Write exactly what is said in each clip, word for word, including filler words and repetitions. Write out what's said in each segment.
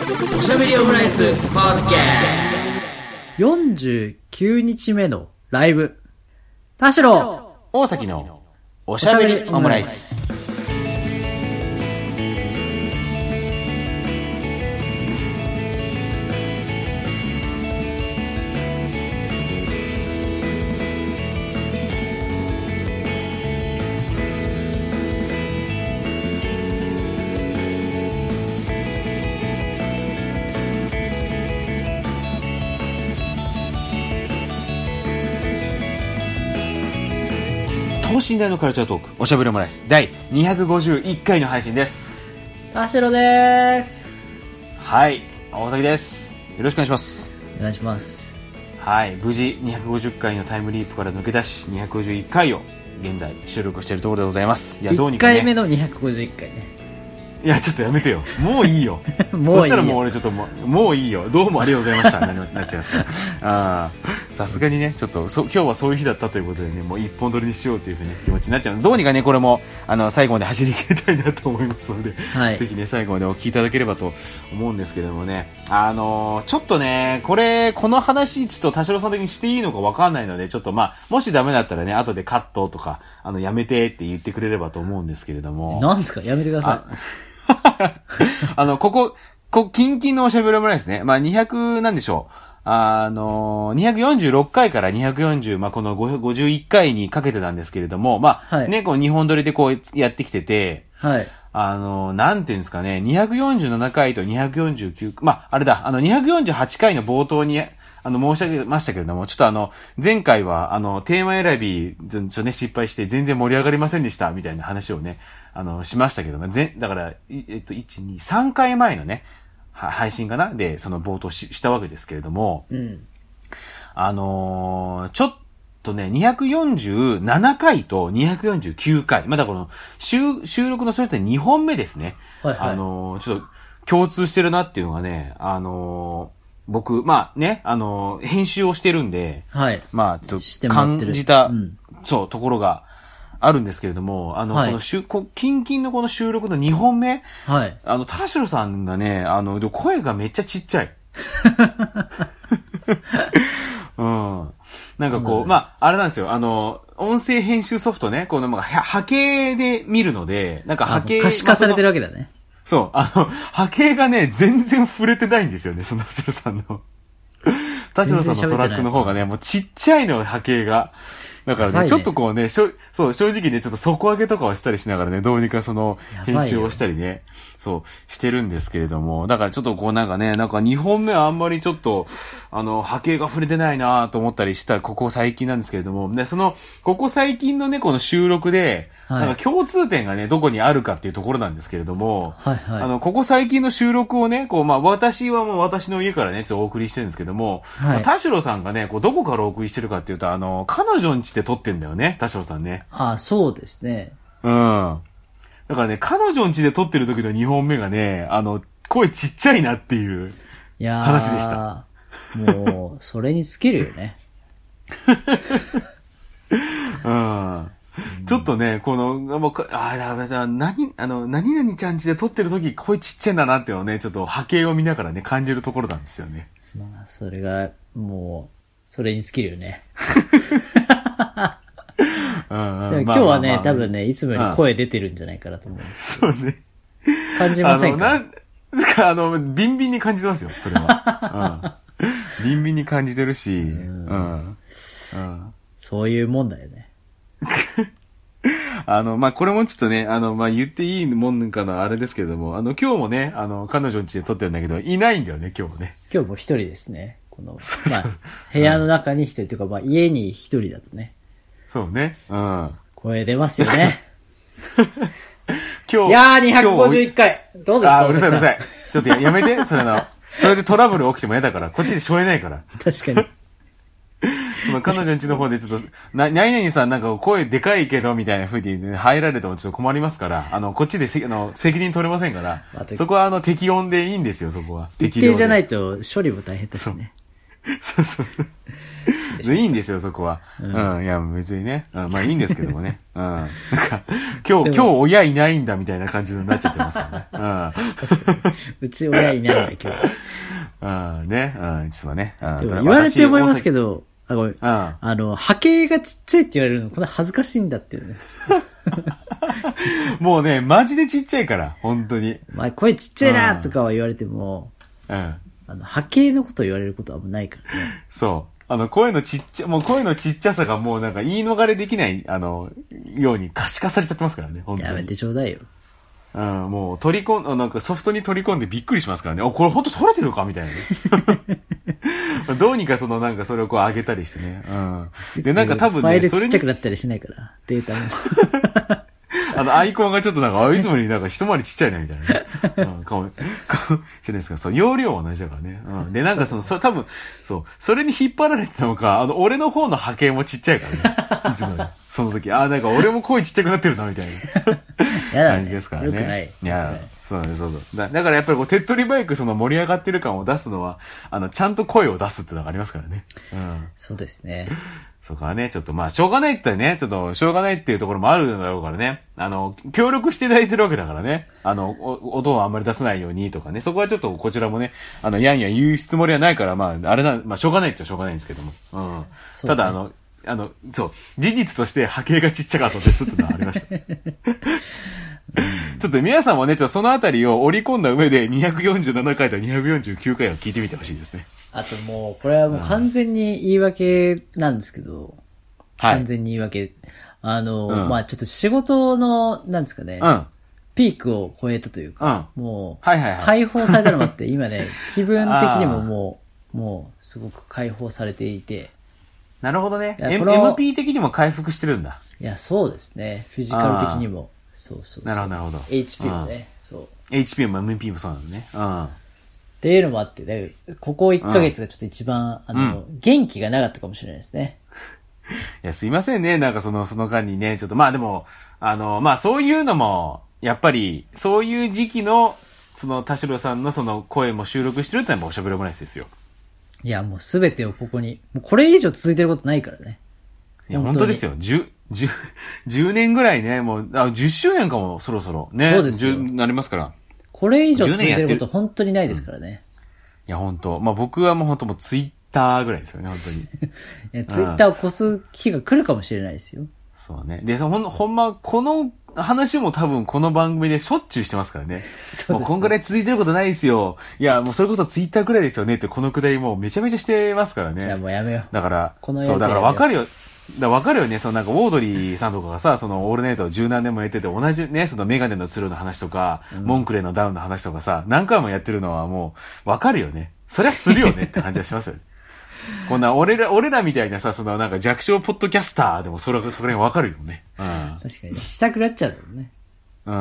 おしゃべりオムライスポッドキャストよんじゅうきゅうにちめのライブ。田代大崎のおしゃべりオムライス。等身大のカルチャートークおしゃべりオムライスだいにひゃくごじゅういっかいの配信です。 田代でーす。 はい、大崎です。よろしくお願いします。 お願いします。 はい、無事にひゃくごじゅっかいのタイムリープから抜け出しにひゃくごじゅういっかいを現在収録しているところでございます。いや、どうにかね、 いっかいめのにひゃくごじゅういっかいね。 いや、ちょっとやめてよ、もういいよもういいよ。 そしたらもう俺ちょっともう、もういいよ、どうもありがとうございましたなっちゃいますからあさすがにね、ちょっとそ今日はそういう日だったということでね、もう一本撮りにしようというふうに気持ちになっちゃう。どうにかね、これもあの最後まで走り切りたいなと思いますので、はい、ぜひね最後までお聞きいただければと思うんですけれどもね、あのー、ちょっとね、これこの話ちょっと田代さん的にしていいのかわかんないので、ちょっとまあもしダメだったらね、後でカットとかあのやめてって言ってくれればと思うんですけれども。 なんですか、やめてください。 あの、ここ、こ、キンキンのおしゃべりオムライスね。まあ、にひゃく、なんでしょう。あの、にひゃくよんじゅうろっかいからにひゃくよんじゅう、まあ、このごじゅういっかいにかけてたんですけれども、まあ、はい、ね、こう、日本撮りでこう、やってきてて、 はい。 あの、なんていうんですかね、にひゃくよんじゅうななかいとにひゃくよんじゅうきゅう、まあ、あれだ、あの、にひゃくよんじゅうはちかいの冒頭に、あの、申し上げましたけれども、ちょっとあの、前回は、あの、テーマ選び、ちょっとね、失敗して全然盛り上がりませんでした、みたいな話をね、あの、しましたけども、ぜだから、えっと、いち、に、さんかいまえのね、配信かなで、その冒頭し、したわけですけれども、 うん。あのー、ちょっとね、にひゃくよんじゅうななかいとにひゃくよんじゅうきゅうかい、まだこの、収、収録のそれぞれにほんめですね。 はいはい。 あのー、ちょっと、共通してるなっていうのがね、あのー、僕、まあね、あのー、編集をしてるんで、 はい。 まあ、ちょっと、感じた、うん、そう、ところが、あるんですけれども、あの、はい、この週、キンキンのこの収録のにほんめ、 はい。 あの、田代さんがね、あの、声がめっちゃちっちゃい。うん。なんかこう、うん、まあ、あれなんですよ、あの、音声編集ソフトね、この、まあ、波形で見るので、なんか波形。 可視化されてるわけだね。 そう、あの、波形がね、全然触れてないんですよね、その田代さんの。田代さんのトラックの方がね、もうちっちゃいの、波形が。だからね、ねちょっとこうね、しょ、そう、正直ね、ちょっと底上げとかをしたりしながらね、どうにかその、編集をしたりね、そう、してるんですけれども、だからちょっとこうなんかね、なんかにほんめはあんまりちょっと、あの、波形が触れてないなと思ったりした、ここ最近なんですけれども、で、その、ここ最近のね、この収録で、はい、なんか共通点がね、どこにあるかっていうところなんですけれども、 はいはい、 あの、ここ最近の収録をね、こう、まあ、私はもう私の家からね、ちょっとお送りしてるんですけども、はいまあ、田代さんがね、こう、どこからお送りしてるかっていうと、あの、彼女ん家で撮ってんだよね、田代さんね。 ああ、そうですね。 うん。だからね、彼女ん家で撮ってる時のにほんめがね、あの、声ちっちゃいなっていう話でした。 いやもう、それに尽きるよね。 うん。ちょっとね、この、もう、ああ、何、あの、何々ちゃん家で撮ってる時声ちっちゃいんだなっていうのをね、ちょっと波形を見ながらね、感じるところなんですよね。 まあ、それが、もう、それに尽きるよね。うんうん、今日はね、まあまあまあ、多分ね、いつもより声出てるんじゃないかなと思うんですけど。 そうね。 感じませんか？ あの、なんか、あの、ビンビンに感じてますよ、それは。うん、ビンビンに感じてるし、うんうんうん、 そういうもんだよね。 あの、まあ、これもちょっとね、あの、まあ、言っていいもんかのあれですけれども、あの、今日もね、あの、彼女ん家で撮ってるんだけど、いないんだよね、今日もね。 今日も一人ですね。この、まあ、部屋の中に一人というか、まあ、家に一人だとね。 そうね。うん。 声出ますよね。 今日。 いやー、にひゃくごじゅういっかい。どうですか？ あ、うるさいうるさい。ちょっと や, やめて、それの。それでトラブル起きても嫌だから、こっちでしょえないから。 確かに。 彼女ん家の方でちょっと、な、にゃいにゃいさんなんか声でかいけどみたいな風に、ね、入られてもちょっと困りますから、あの、こっちでせあの責任取れませんから、そこはあの適温でいいんですよ、そこは。 一定じゃないと処理も大変だしね。 そうそうそう。 礼します。 いいんですよ、そこは。うん、うん、いや、別にね。うん、まあいいんですけどもね。うん。なんか、今日、今日親いないんだみたいな感じになっちゃってますからね。うん。確かに。うち親いないんだ、今日。うん、ね。うん、実はね。うん。 言われて思いますけど、あ、ごめん。うん。あの、波形がちっちゃいって言われるの、これ恥ずかしいんだっていうね。 もうね、マジでちっちゃいから、本当に。 まあ、声ちっちゃいなとかは言われても、うん。あの、波形のことを言われることはあんまないからね。 そう。あの、声のちっちゃ、もう声のちっちゃさがもうなんか言い逃れできない、あの、ように可視化されちゃってますからね、本当に。 やめてちょうだいよ。 うん、もう取り込ん、なんかソフトに取り込んでびっくりしますからね。お、これ本当取れてるかみたいなね。どうにかそのなんかそれをこう上げたりしてね。うん。で、なんか多分ね、 ファイルちっちゃくなったりしないから、データも。 あの、アイコンがちょっとなんか、あいつもになんか一回りちっちゃいなみたいな、ね。うん、かも、かもしれないですけど、そう、容量は同じだからね。うん。で、なんかその、それ多分、そう、それに引っ張られてたのか、あの、俺の方の波形もちっちゃいからね。いつもね。その時、あ、なんか俺も声ちっちゃくなってるな、みたいな。感じですからね。 よくない。 いや、そうね、そうそう。だ, だからやっぱりこう、手っ取り早くその盛り上がってる感を出すのは、あの、ちゃんと声を出すっていうのがありますからね。うん。 そうですね。 そこはね、ちょっとまあ、しょうがないってね、ちょっと、しょうがないっていうところもあるんだろうからね。あの、協力していただいてるわけだからね。あの、音をあんまり出さないようにとかね。そこはちょっとこちらもね、あの、やんや言うつもりはないから、まあ、あれな、まあ、しょうがないっちゃしょうがないんですけども。うん。ね、ただ、あの、あの、そう、事実として波形がちっちゃかったですっていうのはありました。ちょっと皆さんもね、ちょっとそのあたりを織り込んだ上でにひゃくよんじゅうななかいとにひゃくよんじゅうきゅうかいを聞いてみてほしいですね。 あともう、これはもう完全に言い訳なんですけど、はい、完全に言い訳。あの、うん、まあちょっと仕事の、なんですかね、うん、ピークを超えたというか、うん、もう、はいはいはい、解放されたのもあって、今ね、気分的にももう、もう、すごく解放されていて。 なるほどね。エムピー 的にも回復してるんだ。 いや、そうですね。フィジカル的にも。そうそうそう。 なるほど、なるほど。 エイチピー もね、そう。 エイチピー も エムピー もそうなのね。うん。 っていうのもあって、ね、ここいっかげつがちょっと一番、あの、うん、元気がなかったかもしれないですね。 いや、すいませんね。なんかその、その間にね、ちょっと、まあでも、あの、まあそういうのも、やっぱり、そういう時期の、その、田代さんのその声も収録してるってのはおしゃべりオムライスですよ。 いや、もうすべてをここに、もうこれ以上続いてることないからね。 いや、本当ですよ。十、十、十年ぐらいね、もう、あ、十周年かも、そろそろ。ね。 そうですよ。 なりますから。 これ以上続いてること本当にないですからね。 うん、いや、本当まあ僕はもう本当もうツイッターぐらいですよね、本当に。いや、ツイッターを越す日が来るかもしれないですよ。 そうね。で、ほん、ほんま、この話も多分この番組でしょっちゅうしてますからね。そうですね。もうこんぐらい続いてることないですよ。いや、もうそれこそツイッターくらいですよねってこのくだりもうめちゃめちゃしてますからね。 じゃあもうやめよう。 だから、このそう、だからわかるよ。だわかるよね。そのなんか、オードリーさんとかがさ、その、オールナイトを十何年もやってて、同じね、そのメガネのツルの話とか、うん、モンクレーのダウンの話とかさ、何回もやってるのはもう、わかるよね。そりゃするよねって感じはしますよね。こんな、俺ら、俺らみたいなさ、そのなんか弱小ポッドキャスターでもそれは、それがわかるよね。うん。 確かに。したくなっちゃうもんね。 うん。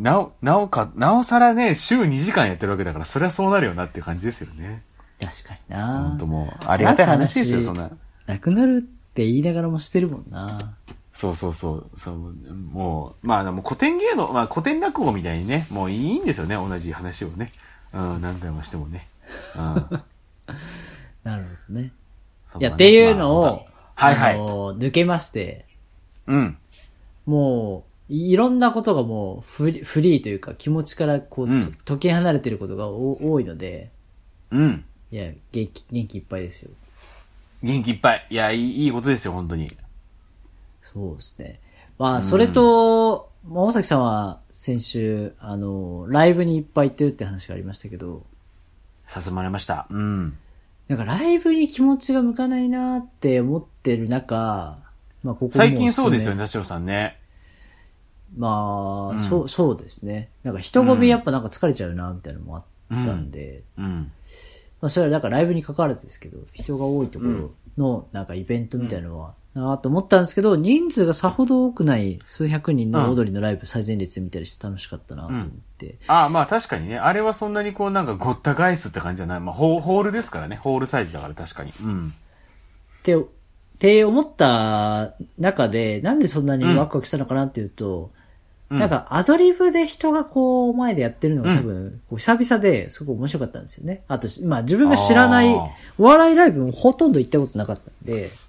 なお、なおか、なおさらね、週にじかんやってるわけだから、そりゃそうなるよなっていう感じですよね。 確かにな。 ほんともう、ありがたい話ですよ、そんな。 なくなるって言いながらもしてるもんな。 そうそうそう。そうもう、まあ、もう古典芸能、まあ古典落語みたいにね、もういいんですよね、同じ話をね。うん、何回もしてもね。うん、 なるほどね。いや、っていうのを、まあ、 はいはい。 抜けまして、 うん。 もう、いろんなことがもうフリ、フリーというか気持ちからこう、うん、解き離れてることが多いので、 うん。 いや、元気、元気いっぱいですよ。 元気いっぱい。いや、いい、いいことですよ、本当に。 そうですね。まあ、それと、うん、大崎さんは先週、あの、ライブにいっぱい行ってるって話がありましたけど。 させてもらいました。うん。 なんかライブに気持ちが向かないなーって思ってる中、まあ、ここも最近そうですよね、田代さんね。 まあ、うん、そう、そうですね。なんか人混みやっぱなんか疲れちゃうな、みたいなのもあったんで。 うん。うん、 まあ、それはなんかライブに関わらずですけど、人が多いところのなんかイベントみたいなのは、なと思ったんですけど、人数がさほど多くない数百人の踊りのライブ最前列で見たりして楽しかったなと思って。うん、 ああ、まあ確かにね。あれはそんなにこうなんかごった返すって感じじゃない。まあホールですからね。ホールサイズだから確かに。うん。 って、って思った中で、なんでそんなにワクワクしたのかなっていうと、うん、なんかアドリブで人がこう前でやってるのが多分、こう久々ですごく面白かったんですよね。あと、まあ自分が知らないお笑いライブもほとんど行ったことなかったんで、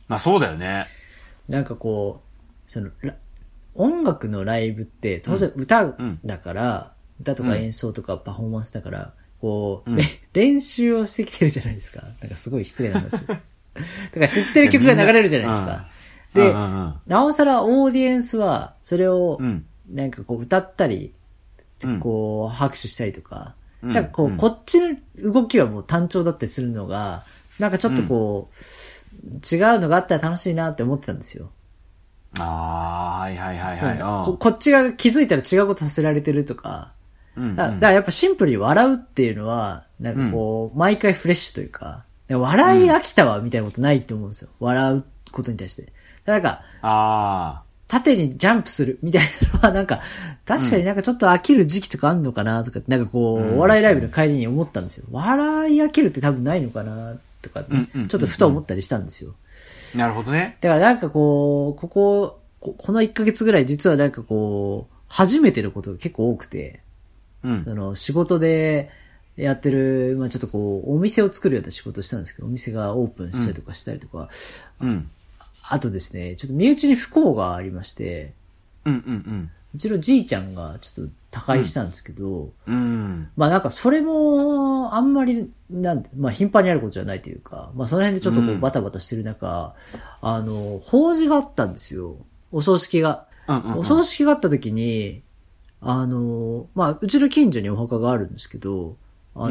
まあそうだよね。 なんかこう、その、音楽のライブって当然歌だから、うん、歌とか演奏とかパフォーマンスだから、こう、うん、練習をしてきてるじゃないですか。なんかすごい失礼な話。だから知ってる曲が流れるじゃないですか。で、うんうんうん、なおさらオーディエンスはそれをなんかこう歌ったり、うん、こう拍手したりとか、うん、なんかこう、うん、こっちの動きはもう単調だったりするのが、なんかちょっとこう、うん、違うのがあったら楽しいなって思ってたんですよ。 ああ、はいはいはいはいこ。こっちが気づいたら違うことさせられてるとか、うんうん、だ, だからやっぱシンプルに笑うっていうのは、なんかこう、うん、毎回フレッシュというか、笑い飽きたわみたいなことないと思うんですよ。笑うことに対して。なんか、 あ縦にジャンプするみたいなのは、なんか、確かになんかちょっと飽きる時期とかあんのかなとか、なんかこう、うん、お笑いライブの帰りに思ったんですよ。笑い飽きるって多分ないのかなとか、ね、うんうん、ちょっとふと思ったりしたんですよ。 なるほどね。 だからなんかこう、ここ、このいっかげつぐらい実はなんかこう、初めてのことが結構多くて、うん、その仕事でやってる、まあちょっとこう、お店を作るような仕事をしたんですけど、お店がオープンしたりとかしたりとか、うん、あとですね、ちょっと身内に不幸がありまして、 うんうんうん、 うちのじいちゃんがちょっと他界したんですけど、 うんうん、 まあなんかそれもあんまりなんで、まあ頻繁にあることじゃないというか、まあその辺でちょっとこうバタバタしてる中、うん、あの、法事があったんですよ。お葬式が。 うんうんうん、 お葬式があった時に、あの、まあうちの近所にお墓があるんですけど、あの、うん、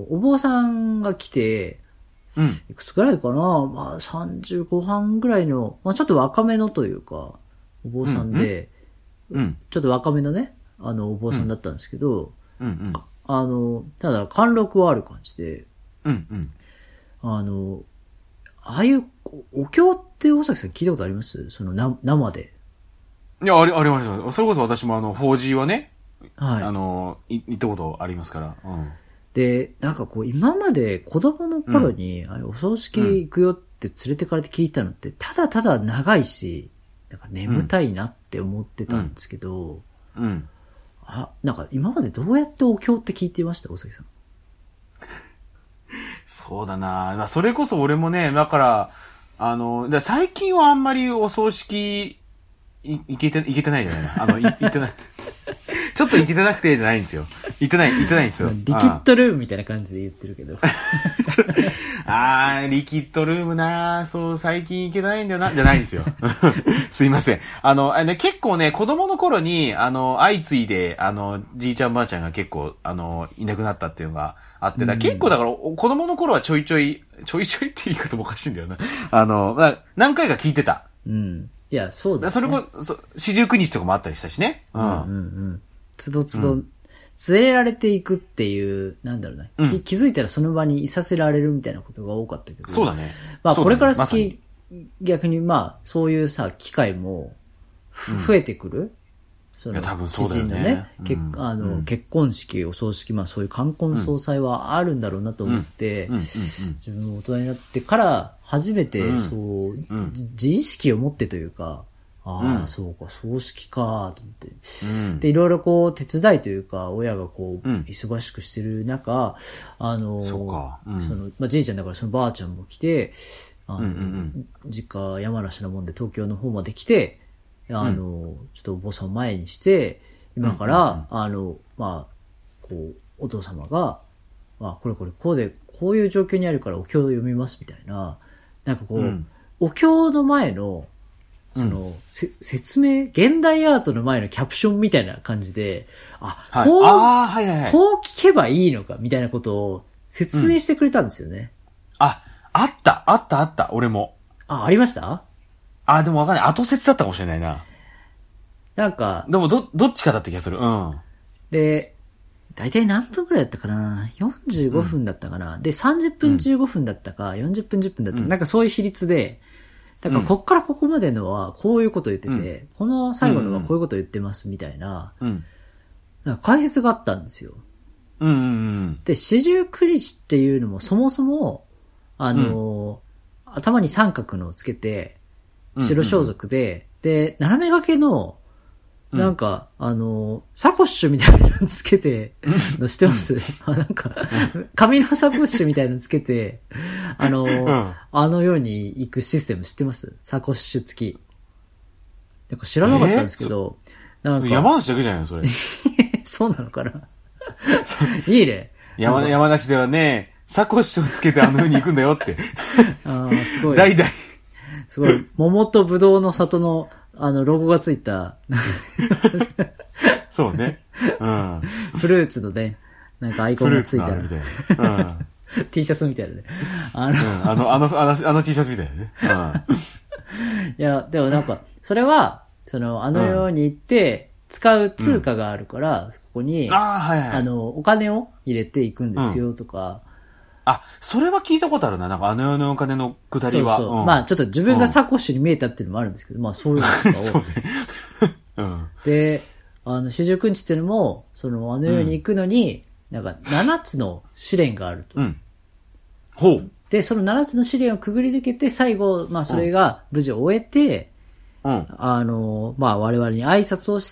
お坊さんが来て、 うん、 いくつくらいかな、まあさんじゅうご半ぐらいの、まあちょっと若めのというか、お坊さんで、 うんうん、 ちょっと若めのね、あの、お坊さんだったんですけど、 うんうん、 あの、ただ、貫禄はある感じで、 うんうん、 あの、ああいう、お経って大崎さん聞いたことあります？その、な、生で。 いや、あり、あります。それこそ私もあの、法事はね、 はい。 あの、い行ったことありますから。うん、 で、なんかこう、今まで子供の頃に、うん、あれ、お葬式行くよって連れてかれて聞いたのって、ただただ長いし、なんか眠たいなって思ってたんですけど、 うん。うん、 あ、なんか今までどうやってお経って聞いていました大崎さん。 そうだな、それこそ俺もね、だから、あの、だ最近はあんまりお葬式、い、いけて、いけてないじゃないな。あの、い、いってない。ちょっといけてなくてじゃないんですよ。いってない、いってないんですよ。 リキッドルームみたいな感じで言ってるけど。 あー、リキッドルームなー、そう、最近いけないんだよな、じゃないんですよ。すいません。あの、あのね、結構ね、子供の頃に、あの、相次いで、あの、じいちゃんばあちゃんが結構、あの、いなくなったっていうのがあって、だ、うん、結構だから、子供の頃はちょいちょい、ちょいちょいって言い方もおかしいんだよな。あの、まあ、何回か聞いてた。 うん。いや、そうだ、ね。 それも、四十九日とかもあったりしたしね。 うん。うんうんうん。つどつど、うん、連れられていくっていう、なんだろうな、うん、気づいたらその場にいさせられるみたいなことが多かったけど。 そうだね。 まあ、これから先、ま、逆にまあ、そういうさ、機会も、増えてくる、うん、 その、知人のね、うん、結あの、うん、結婚式、お葬式、まあそういう冠婚葬祭はあるんだろうなと思って、自分も大人になってから初めて、そう、うん、自意識を持ってというか、ああ、うん、そうか、葬式か、と思って、うん。で、いろいろこう、手伝いというか、親がこう、うん、忙しくしてる中、あの、 そうか、 うん、その、まあ、じいちゃんだからそのばあちゃんも来て、あの、うんうんうん、実家山梨なもんで東京の方まで来て、あの、うん、ちょっとお坊さんを前にして、今から、うんうんうん、あの、まあ、こう、お父様が、まあ、これこれこうで、こういう状況にあるからお経を読みますみたいな、なんかこう、うん、お経の前の、その、うん、説明、現代アートの前のキャプションみたいな感じで、あ、 はい、 こう、 あはいはいはい、 こう聞けばいいのかみたいなことを説明してくれたんですよね。 うん、あ、あった、あった、あった、俺も。 あ、ありました？ あ、でもわかんない。後説だったかもしれないな。 なんか。 でも、ど、どっちかだった気がする。うん。 で、だいたい何分くらいだったかな ?よんじゅうごふんだったかな、うん、で、さんじゅっぷんじゅうごふんだったか、うん、よんじゅっぷんじゅっぷんだったか、うん、なんかそういう比率で、だからこっからここまでのはこういうこと言ってて、うん、この最後のはこういうこと言ってますみたいな、 うん、 なんか解説があったんですよ。 うんうんうん、 で、四十九日っていうのもそもそも、あの、うん、頭に三角のをつけて、白装束で、うんうんうん、で、斜め掛けの、なんか、うん、あの、サコッシュみたいなのつけて、のしてます、うん、なんか、紙のサコッシュみたいなのつけて、 あの、うん、あの世に行くシステム知ってます？サコッシュ付き。なんか知らなかったんですけど、 えー、なんか山梨だけじゃないのそれ。 そうなのかな。いいね。 山、山梨ではね、サコッシュをつけてあの世に行くんだよって。 ああ、すごい。 代々。 すごい。桃とぶどうの里の、あの、ロゴがついた。 そうね。うん。 フルーツのね、なんかアイコンがついたら。 フルーツのあるみたいな。うん。 T シャツみたいなね。 あの、うん、あの、あの、あの、あの T シャツみたいなね。うん。 いや、でもなんか、それは、その、あの世に行って、使う通貨があるから、うん、そこに、 あ, はいはい、 あの、お金を入れていくんですよとか、うん、 あ、それは聞いたことあるな。なんかあの世のお金のくだりは。 そうそう。うん、まあちょっと自分がサコッシュに見えたっていうのもあるんですけど、うん、まあそういうのとかを。そうね。うん。で、あの、四十九日っていうのも、その、あの世に行くのに、うん、なんか七つの試練があると。うん。 ほう。 で、その七つの試練をくぐり抜けて、最後、まあそれが無事終えて、うん。あの、まあ我々に挨拶をして、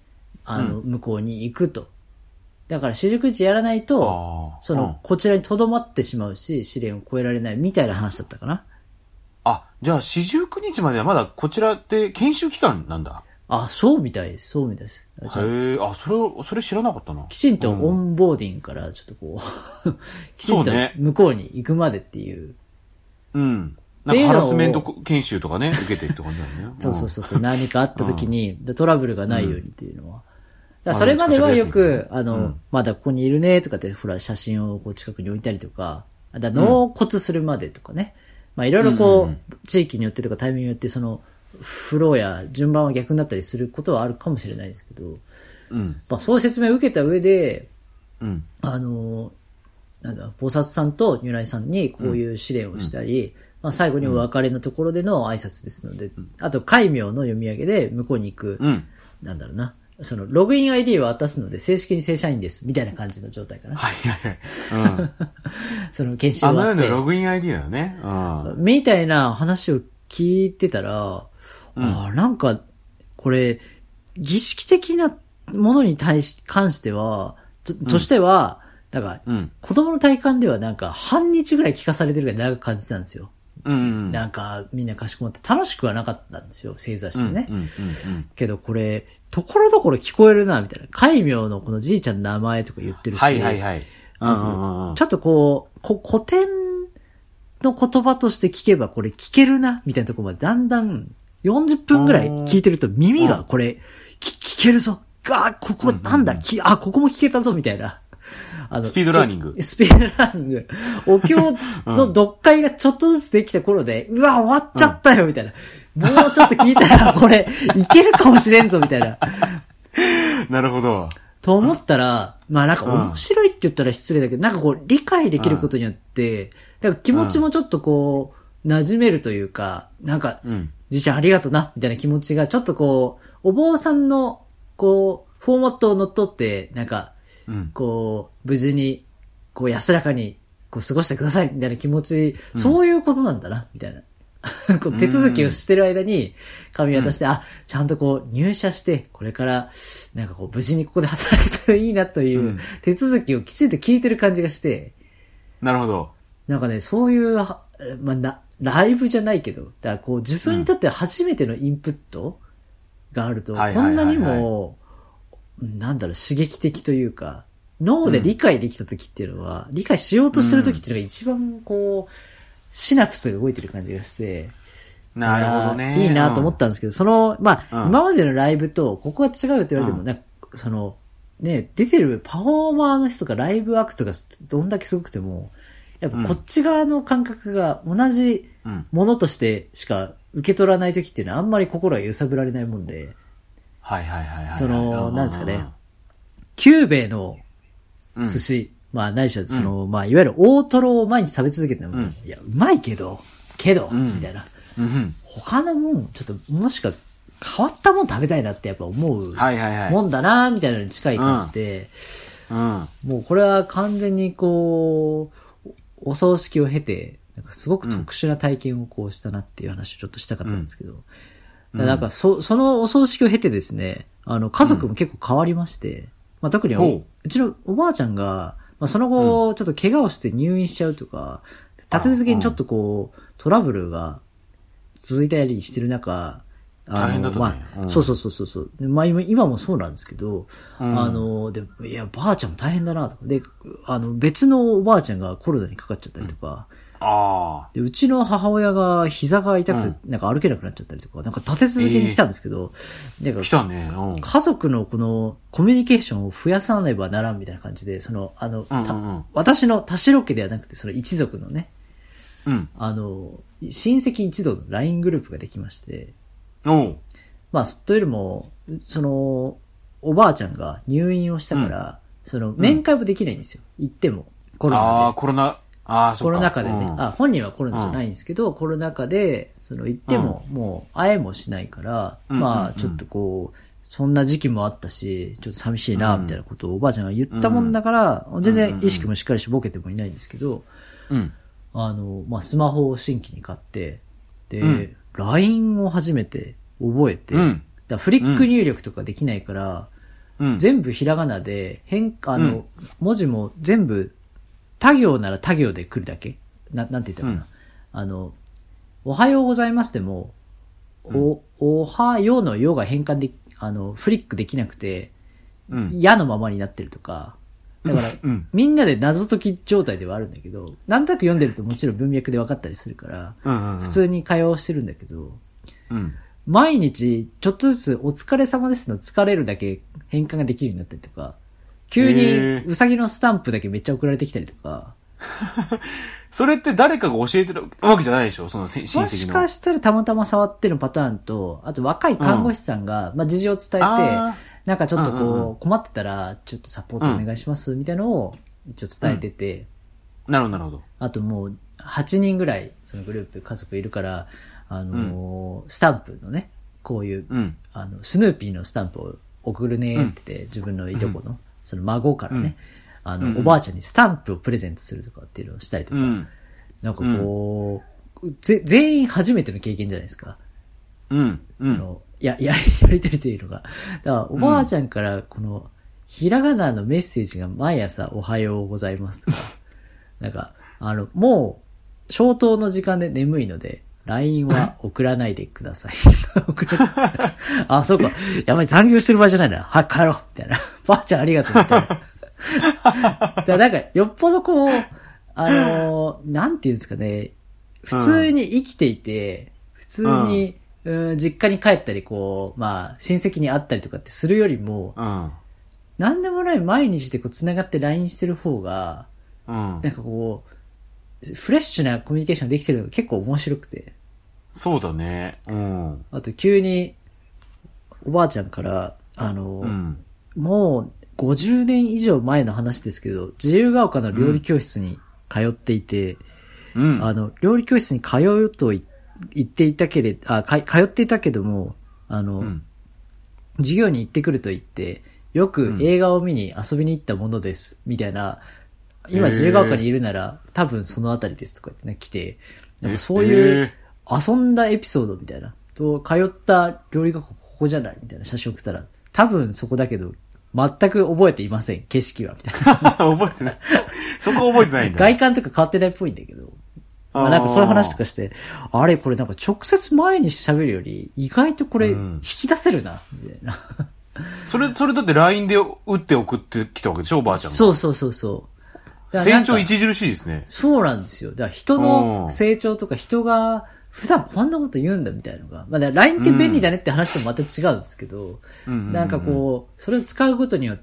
あの、向こうに行くと。だから四十九日やらないと、その、うん、こちらに留まってしまうし、試練を超えられないみたいな話だったかな。 あ、じゃあ四十九日まではまだこちらって研修期間なんだ。 あ、そうみたいです。そうみたいです。 へえ、あ、それを、それ知らなかったな。 きちんとオンボーディングからちょっとこう、うん、きちんと向こうに行くまでっていう。 うん。なんかハラスメント研修とかね、受けてって感じだよね。 そうそうそうそう、何かあった時に、うん、トラブルがないようにっていうのは。だそれまではよく、あの、うん、まだここにいるねとかって、ほら、写真をこう近くに置いたりとか、だ納骨するまでとかね。まあいろいろこう、うんうんうん、地域によってとかタイミングによって、その、フローや順番は逆になったりすることはあるかもしれないですけど、うん、まあそういう説明を受けた上で、うん、あの、なんだ、菩薩さんと如来さんにこういう試練をしたり、うん、まあ最後にお別れのところでの挨拶ですので、うん、あと、戒名の読み上げで向こうに行く、うん、なんだろうな。その、ログイン アイディー を渡すので、正式に正社員です、みたいな感じの状態かな。 はいはいはい。うん。 その、研修終わって。 あのようなログイン アイディー だよね。 うん。みたいな話を聞いてたら、うん、あなんか、これ、儀式的なものに対し、関しては、と、としては、うん、なんか、うん、子供の体感ではなんか、半日ぐらい聞かされてるから長く感じたんですよ。うんうん、なんか、みんなかしこまって楽しくはなかったんですよ、正座してね。うんうんうんうん、けどこれ、ところどころ聞こえるな、みたいな。戒名のこのじいちゃんの名前とか言ってるし。 はいはいはい。 まず、ちょっとこう、こ古典の言葉として聞けばこれ聞けるな、みたいなところまでだんだんよんじゅっぷんぐらい聞いてると耳がこれ、聞けるぞ。あ、ここなんだ、きあ、ここも聞けたぞ、みたいな。 あの、スピードラーニング。 スピードラーニング。お経の読解がちょっとずつできた頃で、うん、うわ、終わっちゃったよ、みたいな。もうちょっと聞いたら、これ、いけるかもしれんぞ、みたいな。 なるほど。 と思ったら、まあなんか面白いって言ったら失礼だけど、うん、なんかこう、理解できることによって、うん、気持ちもちょっとこう、馴染めるというか、なんか、うん、じいちゃんありがとうな、みたいな気持ちが、ちょっとこう、お坊さんの、こう、フォーマットを乗っ取って、なんか、うん、こう、無事に、こう安らかに、こう過ごしてください、みたいな気持ち、うん、そういうことなんだな、みたいな。こう手続きをしてる間に、紙渡して、うん、あ、ちゃんとこう入社して、これから、なんかこう無事にここで働けたらいいなという、手続きをきちんと聞いてる感じがして。 なるほど。 なんかね、そういう、まあ、な、ライブじゃないけど、だからこう自分にとって初めてのインプットがあると、こんなにも、なんだろう、刺激的というか、脳で理解できた時っていうのは、うん、理解しようとしてる時っていうのが一番こう、シナプスが動いてる感じがして、 なるほどね。 いいなと思ったんですけど、うん、その、まあ、うん、今までのライブと、ここは違うって言われても、うん、なんか、その、ね、出てるパフォーマーの人とかライブアクトがどんだけすごくても、やっぱこっち側の感覚が同じものとしてしか受け取らない時っていうのはあんまり心が揺さぶられないもんで、 はいはいはいはい。 その、なんですかね。キューベイの寿司、うん、まあ、ないしは、その、うん、まあ、いわゆる大トロを毎日食べ続けても、うん、いや、うまいけど、けど、うん、みたいな、うん。他のもん、ちょっと、もしか変わったもん食べたいなってやっぱ思うもんだな、みたいなのに近い感じで、うんうん、もうこれは完全にこう、お葬式を経て、なんかすごく特殊な体験をこうしたなっていう話をちょっとしたかったんですけど、うん、なんかそ、そのお葬式を経てですね、あの、家族も結構変わりまして、うん、まあ、特におうちのおばあちゃんが、まあ、その後、ちょっと怪我をして入院しちゃうとか、 立て続けにちょっとこう、トラブルが続いたりしてる中、 大変だとね。 まあ、うん、そうそうそうそう。まあ今、今もそうなんですけど、うん、あの、で、いや、ばあちゃんも大変だなとか。で、あの、別のおばあちゃんがコロナにかかっちゃったりとか、 うん、ああ。 で、うちの母親が膝が痛くて、なんか歩けなくなっちゃったりとか、なんか立て続けに来たんですけど、 えー、なんか来たね、うん。 家族のこのコミュニケーションを増やさねばならんみたいな感じで、その、あの、うんうんうん、私の田代家ではなくて、その一族のね、 うん、 あの、親戚一同の ライン グループができまして、 おうまあ、というよりも、その、おばあちゃんが入院をしたから、うん、その、面会もできないんですよ。うん、行っても。コロナで。 ああ、コロナ、ああ、そうか。 コロナ禍でね、うん。あ、本人はコロナじゃないんですけど、うん、コロナ禍で、その、行っても、もう、会えもしないから、うん、まあ、ちょっとこう、そんな時期もあったし、ちょっと寂しいな、みたいなことをおばあちゃんが言ったもんだから、うん、全然意識もしっかりしボケてもいないんですけど、 うん、 あの、まあ、スマホを新規に買って、で、うん、ライン を初めて覚えて、うん、だフリック入力とかできないから、うん、全部ひらがなで、変化、あの、うん、文字も全部、他行なら他行で来るだけな、なんて言ったらいいかな、うん。あの、おはようございますでも、うん、お、おはようのよが変換で、あの、フリックできなくて、うん、やのままになってるとか、だから、うん、みんなで謎解き状態ではあるんだけど、なんとなく読んでるともちろん文脈で分かったりするから、 うんうんうん、 普通に会話をしてるんだけど、 うん、 毎日ちょっとずつお疲れ様ですの疲れるだけ変換ができるようになったりとか、急にうさぎのスタンプだけめっちゃ送られてきたりとか。 それって誰かが教えてるわけじゃないでしょ、その親戚の。 もしかしたらたまたま触ってるパターンと、あと若い看護師さんが、うん、まあ事情を伝えて、なんかちょっとこう、うんうん、困ってたら、ちょっとサポートお願いします、みたいなのを一応伝えてて。 うん、なるほど、なるほど。 あともう、はちにんぐらい、そのグループ、家族いるから、あのーうん、スタンプのね、こういう、うん、あの、スヌーピーのスタンプを送るねって言って、うん、自分のいとこの、その孫からね、うん、あの、うん、おばあちゃんにスタンプをプレゼントするとかっていうのをしたりとか、うん、なんかこう、うん、ぜ、全員初めての経験じゃないですか。 うん。 その、や、やり、やりてるというのが。だから、おばあちゃんからこの、ひらがなのメッセージが毎朝おはようございますとか、なんか、あの、もう、消灯の時間で眠いので、ライン は送らないでください。あ、そうか。やばい、残業してる場合じゃないな。は、帰ろう。みたいな。ばあちゃんありがとう。みたいな。だからなんか、よっぽどこう、あのー、なんていうんですかね。普通に生きていて、普通に、うん、実家に帰ったり、こう、まあ、親戚に会ったりとかってするよりも、 うん、 なんでもない毎日でこう繋がって ライン してる方が、 うん、 なんかこう、フレッシュなコミュニケーションができてるのが結構面白くて。 そうだね。うん。 あと急に、おばあちゃんから、あの、うん、もうごじゅうねん以上前の話ですけど、自由が丘の料理教室に通っていて、 うん、 あの、料理教室に通うと言っていたけれど、あ、通っていたけども、あの、うん、授業に行ってくると言って、よく映画を見に遊びに行ったものです、みたいな、今自由が丘にいるなら、多分そのあたりですとかってね、来て、なんかそういう遊んだエピソードみたいな、と、通った料理学校ここじゃないみたいな写真送ったら、多分そこだけど、全く覚えていません、景色は、みたいな。 覚えてない。そこ覚えてないんだ。 外観とか変わってないっぽいんだけど。まあなんかそういう話とかして、あれこれなんか直接前に喋るより、意外とこれ引き出せるな、みたいな。 それ、それだって ライン で打って送ってきたわけでしょ、おばあちゃんが。 そうそうそうそう。 成長著しいですね。 そうなんですよ。だから人の成長とか人が普段こんなこと言うんだみたいなのが。まあ、だから ライン って便利だねって話ともまた違うんですけど、うん、なんかこう、それを使うことによって、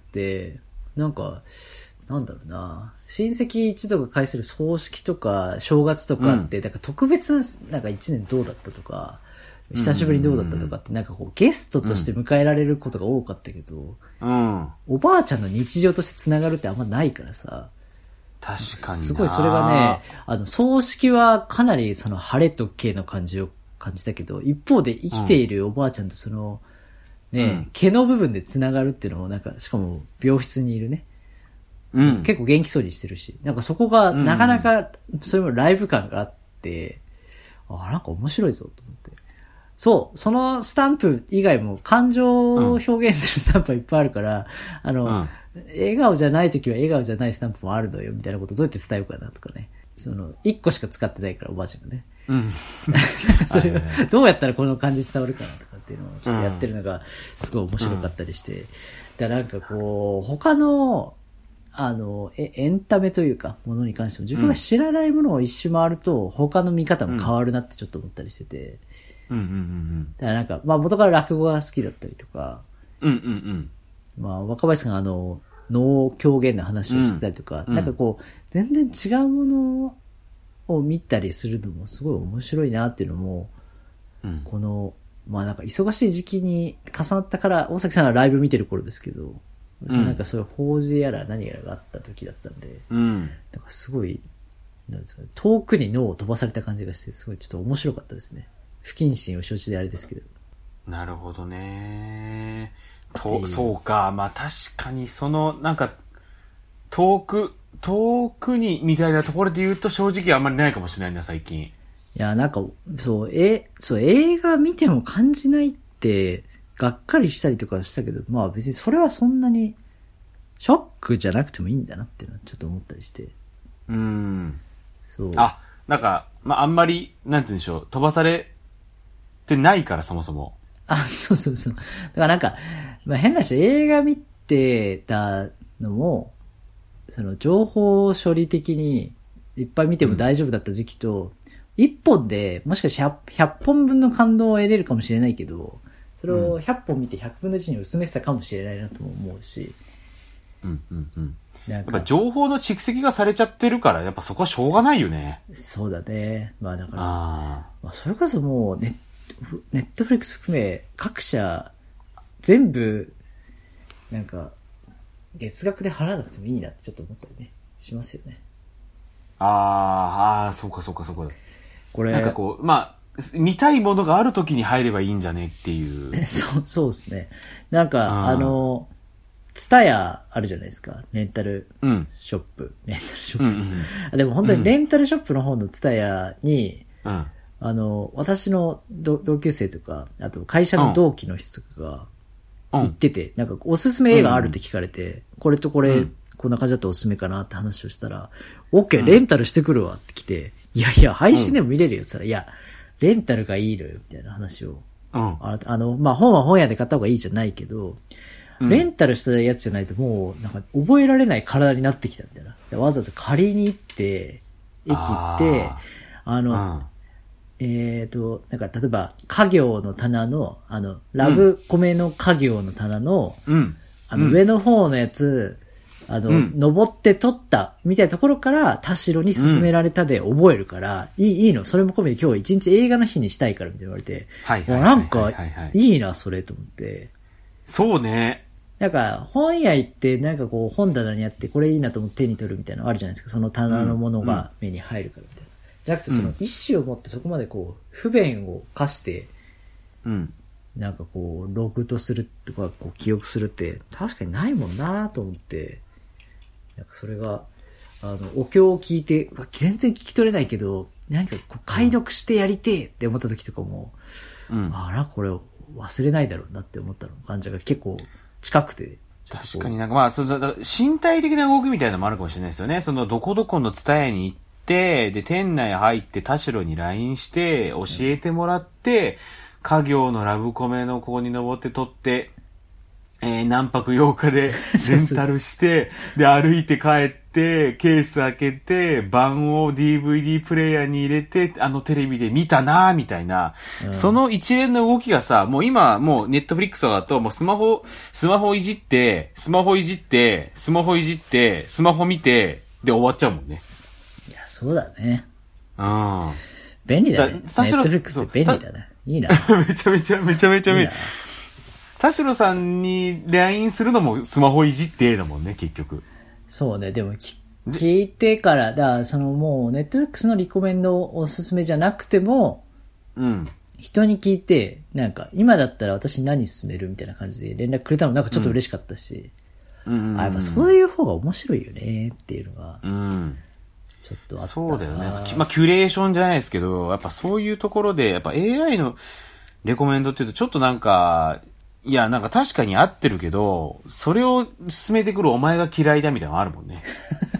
なんか、なんだろうな、親戚一同が介する葬式とか正月とかって、うん、なんか特別な、なんか一年どうだったとか、久しぶりにどうだったとかって、なんかこうゲストとして迎えられることが多かったけど、 うん、 おばあちゃんの日常として繋がるってあんまないからさ、 確かにな。 すごいそれがね、あの、葬式はかなりその晴れと毛の感じを感じたけど、一方で生きているおばあちゃんとその、ね、うん、毛の部分で繋がるっていうのもなんか、しかも病室にいるね、 うん、 結構元気そうにしてるし、なんかそこがなかなか、それもライブ感があって、あ、なんか面白いぞと思って。そう、そのスタンプ以外も感情を表現するスタンプはいっぱいあるから、うん、あの、うん、笑顔じゃないときは笑顔じゃないスタンプもあるのよ、みたいなことどうやって伝えようかなとかね。 その、一個しか使ってないから、おばあちゃんがね。 うん。 それを、どうやったらこの感じ伝わるかなとかっていうのをちょっとやってるのが、すごい面白かったりして。うん、だからなんかこう、他の、あの、え、エンタメというか、ものに関しても、自分が知らないものを一周回ると、他の見方も変わるなってちょっと思ったりしてて。 うんうんうんうん。 だからなんか、まあ元から落語が好きだったりとか。 うんうんうん。 まあ若林さんがあの、能狂言の話をしてたりとか、うん、なんかこう、全然違うものを見たりするのもすごい面白いなっていうのも、うん、この、まあなんか忙しい時期に重なったから、大崎さんがライブ見てる頃ですけど、私なんかそういう法事やら何やらがあった時だったんで、うん、なんかすごい、なんですかね、遠くに脳を飛ばされた感じがして、すごいちょっと面白かったですね。不謹慎を承知であれですけど。 なるほどね。と、そうか。まあ確かにその、なんか、遠く、遠くにみたいなところで言うと正直あんまりないかもしれないな、最近。 いや、なんか、そう、え、そう、映画見ても感じないって、がっかりしたりとかしたけど、まあ別にそれはそんなに、ショックじゃなくてもいいんだなっていうのはちょっと思ったりして。 うーん。 そう。 あ、なんか、まああんまり、なんて言うんでしょう、飛ばされてないからそもそも。 あ、そうそうそう。だからなんか、まあ変な話、映画見てたのも、その情報処理的にいっぱい見ても大丈夫だった時期と、一、うん、本でもしかして ひゃく, ひゃくぽんぶんの感動を得れるかもしれないけど、それをひゃっぽん見てひゃくぶんのいちに薄めてたかもしれないなとも思うし。 うんうんうん。やっぱ情報の蓄積がされちゃってるから、やっぱそこはしょうがないよね。 そうだね。まあだから、あまあ、それこそもうネッ、ネットフリックス含め各社全部、なんか、月額で払わなくてもいいなってちょっと思ったりね、しますよね。 あー、あー、そうかそうかそうか。 これ。 なんかこう、まあ、見たいものがある時に入ればいいんじゃねっていう。 そう、そうですね。なんか、あ, あの、ツタヤあるじゃないですか。レンタルショップ。うん、レンタルショップ。うんうんうん、でも本当にレンタルショップの方のツタヤに、うん、あの、私の同級生とか、あと会社の同期の人とかが、行ってて、なんかおすすめ映画あるって聞かれて、うん、これとこれ、うん、こんな感じだとおすすめかなって話をしたら、OK、レンタルしてくるわって来て、いやいや、配信でも見れるよって言ったら、いや、レンタルがいいのよ、みたいな話を。うん、あ, あの、まあ、本は本屋で買った方がいいじゃないけど、うん、レンタルしたやつじゃないともう、なんか覚えられない体になってきたみたいな。わざわざ借りに行って、駅行って、あ, あの、うんえっ、ー、と、なんか、例えば、家業の棚の、あの、ラブコメの家業の棚の、うん、あの、上の方のやつ、あの、うん、登って撮った、みたいなところから、田代に勧められたで覚えるから、うん、いい、いいのそれも込めて今日一日映画の日にしたいから、みたいな言われて、はいはいはいはいはい、なんか、いいな、それ、と思って。 そうね。 なんか、本屋行って、なんかこう、本棚にあって、これいいなと思って手に取るみたいなのあるじゃないですか。その棚のものが目に入るから、みたいな。じゃなくて、その意思を持ってそこまでこう、不便を課して、うん。なんかこう、ログとするとか、こう、記憶するって、確かにないもんなと思って、なんかそれが、あの、お経を聞いて、全然聞き取れないけど、何かこう、解読してやりてえって思った時とかも、うん。あら、これ忘れないだろうなって思ったの感じが結構近くて。 確かになんかまあ、その、身体的な動きみたいなのもあるかもしれないですよね。その、どこどこのツタヤに行って、で、店内入って田代に ライン して、教えてもらって、家業のラブコメのここに登って撮って、えー、何泊ようかでレンタルして、で、歩いて帰って、ケース開けて、版を ディーブイディー プレイヤーに入れて、あのテレビで見たなーみたいな、うん、その一連の動きがさ、もう今、もうネットフリックスだと、もうスマホ、スマホいじって、スマホいじって、スマホいじって、スマホ見て、で終わっちゃうもんね。 そうだね。 うん。 便利だね。ネットフリックスって便利だね。いいな。 めちゃめちゃめちゃめちゃ便利。田代さんに ライン するのもスマホいじってだもんね、結局。 そうね、でも聞いてから、だからそのもうネットフリックスのリコメンドおすすめじゃなくても、うん。人に聞いて、なんか今だったら私何勧めるみたいな感じで連絡くれたのなんかちょっと嬉しかったし、うん。うんうんうん、あ、やっぱそういう方が面白いよねっていうのが。うん。ちょっとあった。 そうだよね。まあ、キュレーションじゃないですけど、やっぱそういうところで、やっぱ エーアイ のレコメンドって言うと、ちょっとなんか、いや、なんか確かに合ってるけど、それを進めてくるお前が嫌いだみたいなのあるもんね。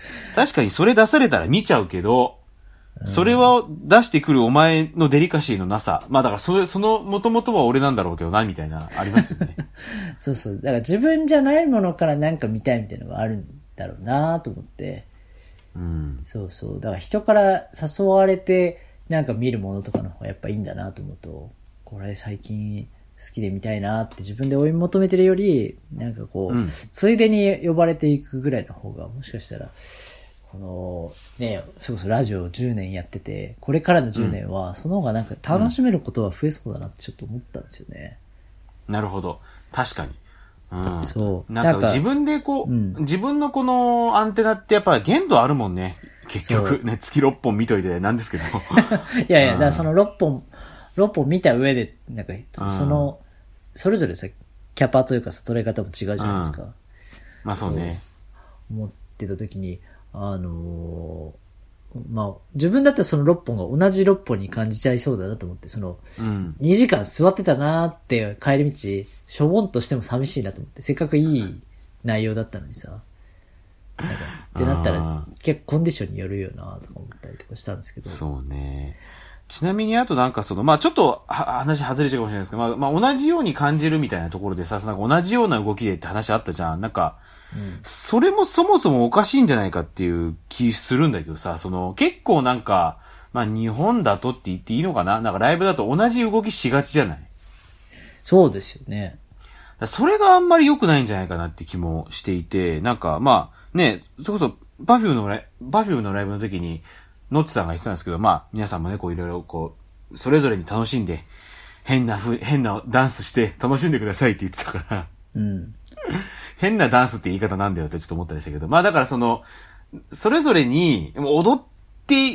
確かにそれ出されたら見ちゃうけど、それを出してくるお前のデリカシーのなさ。まあだからそれ、その元々は俺なんだろうけどな、みたいな、ありますよね。 そうそう。だから自分じゃないものからなんか見たいみたいなのがあるんだろうなと思って。 うん。 そうそう。だから人から誘われてなんか見るものとかの方がやっぱいいんだなと思うと、これ最近好きで見たいなって自分で追い求めてるより、なんかこう、うん、ついでに呼ばれていくぐらいの方がもしかしたら、このね、それこそラジオじゅうねんやってて、これからのじゅうねんは、その方がなんか楽しめることは増えそうだなってちょっと思ったんですよね。 うん、なるほど。確かに。うん。 そう。 なんか自分でこう、うん、自分のこのアンテナってやっぱり限度あるもんね。結局ね、月ろっぽん見といてなんですけど。 いやいや、だからそのろっぽん、ろっぽん見た上で、なんか、その、それぞれさ、キャパというかさ、捉え方も違うじゃないですか。うん、 まあそうね。 思ってた時に、あのー、まあ、自分だったらそのろっぽんが同じろっぽんに感じちゃいそうだなと思って、その、うん、にじかん座ってたなーって帰り道、しょぼんとしても寂しいなと思って、せっかくいい内容だったのにさ、なんか、ってなったら結構コンディションによるよなとか思ったりとかしたんですけど。 そうね。ちなみにあとなんかその、まあちょっと話外れちゃうかもしれないですけど、まあ、まあ同じように感じるみたいなところでさ、なんか同じような動きでって話あったじゃん。なんか、うん、それもそもそもおかしいんじゃないかっていう気するんだけどさ、その結構なんか、まあ日本だとって言っていいのかな？なんかライブだと同じ動きしがちじゃない？ そうですよね。 それがあんまり良くないんじゃないかなって気もしていて、なんかまあね、それこそバフューのライブ、バフューのライブの時に、ノッチさんが言ってたんですけど、まあ皆さんもね、こういろいろこう、それぞれに楽しんで、変なふ、変なダンスして楽しんでくださいって言ってたから、うん。変なダンスって言い方なんだよってちょっと思ったりしたけど、まあだからその、それぞれに踊って、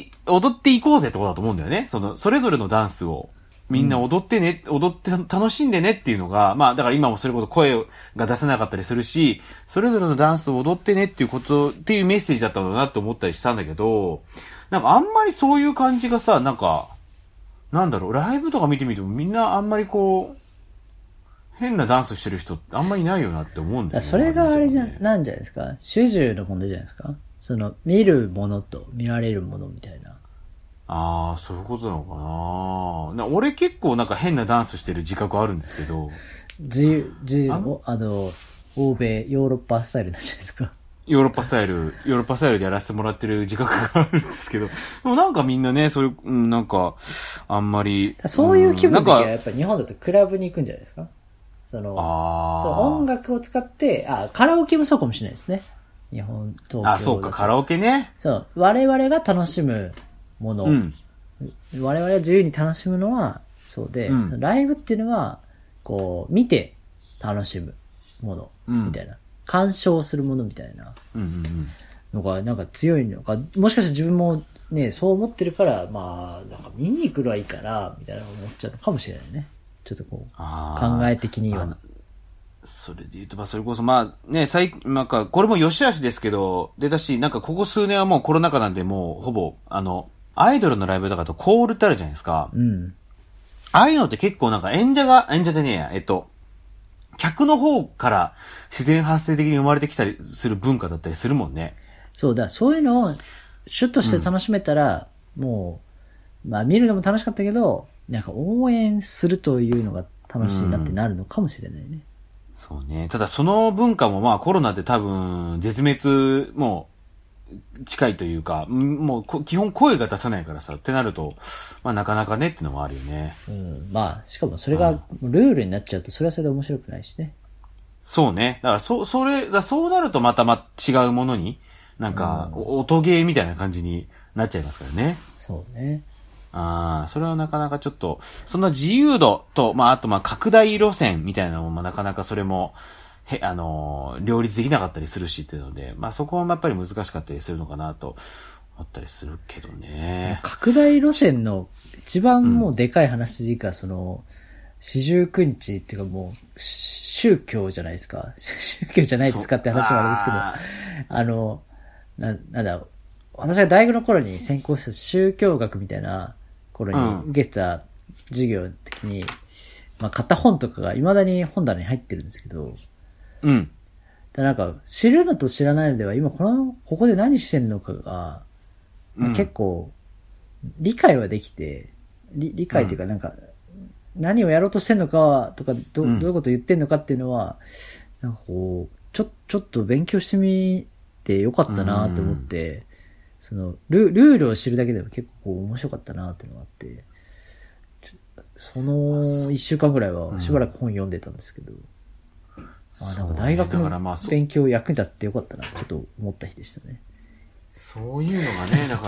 踊っていこうぜってことだと思うんだよね。その、それぞれのダンスをみんな踊ってね、うん、踊って楽しんでねっていうのが、まあだから今もそれこそ声が出せなかったりするし、それぞれのダンスを踊ってねっていうこと、っていうメッセージだったのだなって思ったりしたんだけど、なんかあんまりそういう感じがさ、なんか、なんだろう、ライブとか見てみてもみんなあんまりこう、変なダンスしてる人あんまりいないよなって思うんだよね。 それがあれじゃ、なんじゃないですか。主従の問題じゃないですか。その、見るものと見られるものみたいな。 ああ、そういうことなのかな。な俺結構なんか変なダンスしてる自覚あるんですけど。 自由、自由、あの、欧米、ヨーロッパスタイルなんじゃないですか。 ヨーロッパスタイル、ヨーロッパスタイルでやらせてもらってる自覚があるんですけど。でもなんかみんなね、そういう、うん、なんか、あんまり。 そういう気分の時はやっぱり日本だとクラブに行くんじゃないですか。その、あその音楽を使って、あ、カラオケもそうかもしれないですね。日本、東京。 あ、そうか、カラオケね。 そう。我々が楽しむもの。うん、我々が自由に楽しむのは、そうで、うん、そのライブっていうのは、こう、見て楽しむもの、みたいな。うん、鑑賞するものみたいなのが、なんか強いのか、もしかしたら自分もね、そう思ってるから、まあ、なんか見に行くのはいいかな、みたいな思っちゃうのかもしれないね。ちょっとこう、考え的には。 それで言うと、まあ、それこそ、まあ、ね、最、なんか、これも良し悪しですけど、で、だし、なんか、ここ数年はもうコロナ禍なんで、もう、ほぼ、あの、アイドルのライブとかとコールってあるじゃないですか。うん。ああいうのって結構なんか、演者が、演者でねえや、えっと、客の方から自然発生的に生まれてきたりする文化だったりするもんね。 そうだ、そういうのを、シュッとして楽しめたら、うん、もう、まあ、見るのも楽しかったけど、なんか、応援するというのが楽しいなってなるのかもしれないね。うん、 そうね。ただその文化もまあコロナで多分絶滅も近いというか、もう基本声が出さないからさってなると、まあなかなかねっていうのもあるよね。 うん。まあしかもそれがルールになっちゃうとそれはそれで面白くないしね。 そうね。だからそ、それ、だそうなるとまたま違うものに、なんか、うん、音ゲーみたいな感じになっちゃいますからね。 そうね。 ああ、それはなかなかちょっと、そんな自由度と、まあ、あとまあ、拡大路線みたいなのも、まあ、なかなかそれも、へ、あのー、両立できなかったりするしっていうので、まあ、そこはやっぱり難しかったりするのかなと思ったりするけどね。 拡大路線の一番もうでかい話でいいか、うん、その、四十九日っていうかもう、宗教じゃないですか。宗教じゃないですかって話はあれですけど、あ, あの、な、なんだ、私が大学の頃に専攻した宗教学みたいな、頃に受けてた授業の時に、うん、まあ買った本とかが未だに本棚に入ってるんですけど、うん。 だなんか、知るのと知らないのでは、今この、ここで何してんのかが、うん、結構、理解はできて、理理解っていうかなんか、うん、何をやろうとしてんのかとか、ど、どういうこと言ってんのかっていうのは、なんかこう、ちょ、ちょっと勉強してみてよかったなと思って、うん、そのル、ルールを知るだけでも結構面白かったなっていうのがあって、その一週間ぐらいはしばらく本読んでたんですけど、うん、まあなんか大学の勉強役に立ってよかったなちょっと思った日でしたね。 そういうのがね、だから、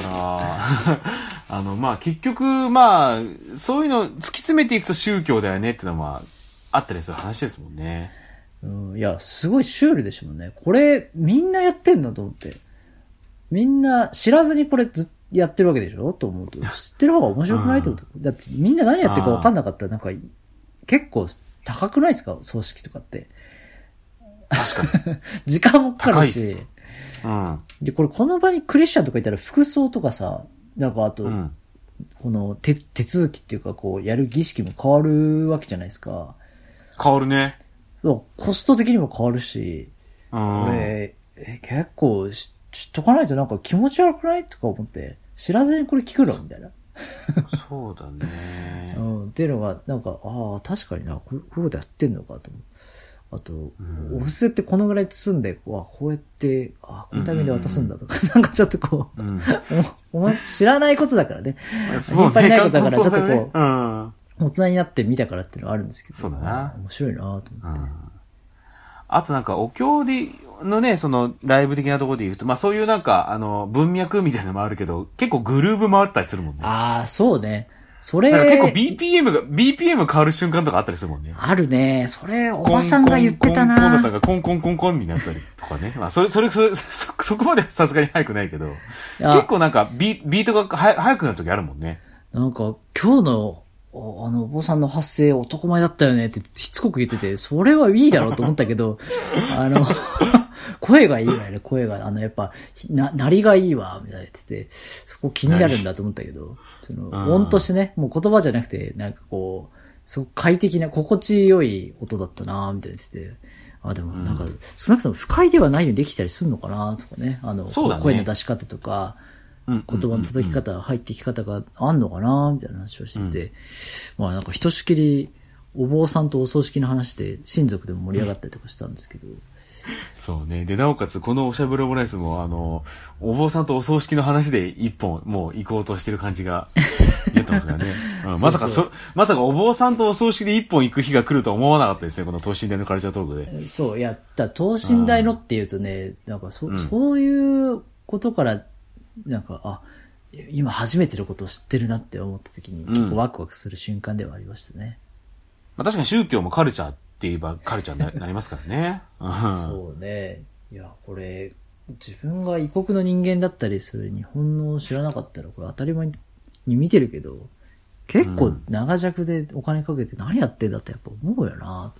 あの、まあ結局、まあ、そういうの突き詰めていくと宗教だよねっていうのは、まあ、あったりする話ですもんね。 うん、いや、すごいシュールでしょうね。これ、みんなやってんのと思って。みんな知らずにこれずっとやってるわけでしょと思うと、知ってる方が面白くないってこと、うん、だってみんな何やってるか分かんなかったら、なんか、結構高くないですか葬式とかって。 確かに。 時間もかかるし。 うん。 で、これこの場にクリスチャンとかいたら服装とかさ、なんかあと、うん、この手、手続きっていうかこう、やる儀式も変わるわけじゃないですか。 変わるね。 コスト的にも変わるし、うん、これ、え結構し知っとかないとなんか気持ち悪くないとか思って、知らずにこれ聞くのみたいな。 そうだね。 うん。っていうのが、なんか、ああ、確かにな、こういうことやってんのかと思う。あと、うん、お布施ってこのぐらい包んで、わ、こうやって、あこのタイミングで渡すんだとか、うんうんうん、なんかちょっとこう、うん、お前知らないことだからね。頻繁にないことだから、ちょっとこう、ねうん、大人になってみたからっていうのはあるんですけど。 そうだな。 面白いなと思って。うんあとなんか、お経でのね、その、ライブ的なところで言うと、まあそういうなんか、あの、文脈みたいなのもあるけど、結構グルーブ回ったりするもんね。 ああ、そうね。それ。 結構 ビーピーエム が、ビーピーエム 変わる瞬間とかあったりするもんね。 あるね。それ、おばさんが言ってたな。 コンコンコンだったから、コンコンコンコンになったりとかね。まあそれ、それ、それ、そ、そこまでさすがに早くないけど、結構なんかビ、ビートがは早くなる時あるもんね。 なんか、今日の、あの、お坊さんの発声男前だったよねってしつこく言ってて、それはいいだろうと思ったけど、あの、声がいいわよね、声が。あの、やっぱ、な、なりがいいわ、みたいな言ってて、そこ気になるんだと思ったけど、その、音としてね、もう言葉じゃなくて、なんかこう、すごく快適な、心地よい音だったな、みたいな言ってて、あ、でもなんか、うん、少なくとも不快ではないようにできたりするのかな、とかね。あの、 そうだね、 声の出し方とか、言葉の届き方、入ってき方があんのかなみたいな話をしてて、うん、まあなんかひとしきりお坊さんとお葬式の話で親族でも盛り上がったりとかしたんですけど。 そうね。で、なおかつこのおしゃべりオムライスもあの、お坊さんとお葬式の話で一本もう行こうとしてる感じがやってますからね。うん、まさかそ、まさかお坊さんとお葬式で一本行く日が来るとは思わなかったですね。この等身大のカルチャートークで。 そう、いや、だ等身大のって言うとね、うん、なんかそ、うん、そういうことからなんか、あ、今初めてのことを知ってるなって思った時に、結構ワクワクする瞬間ではありましたね。 まあ確かに宗教もカルチャーって言えばカルチャーになりますからね。 そうね。いや、これ、自分が異国の人間だったりする日本の知らなかったら、これ当たり前に見てるけど、結構長尺でお金かけて何やってんだってやっぱ思うよなと思って、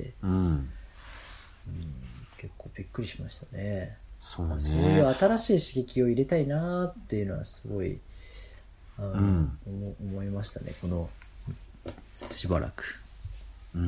うんうん。 結構びっくりしましたね。 そうね。 そういう新しい刺激を入れたいなっていうのはすごい、あの、うん、思いましたね。この、しばらく。 うん。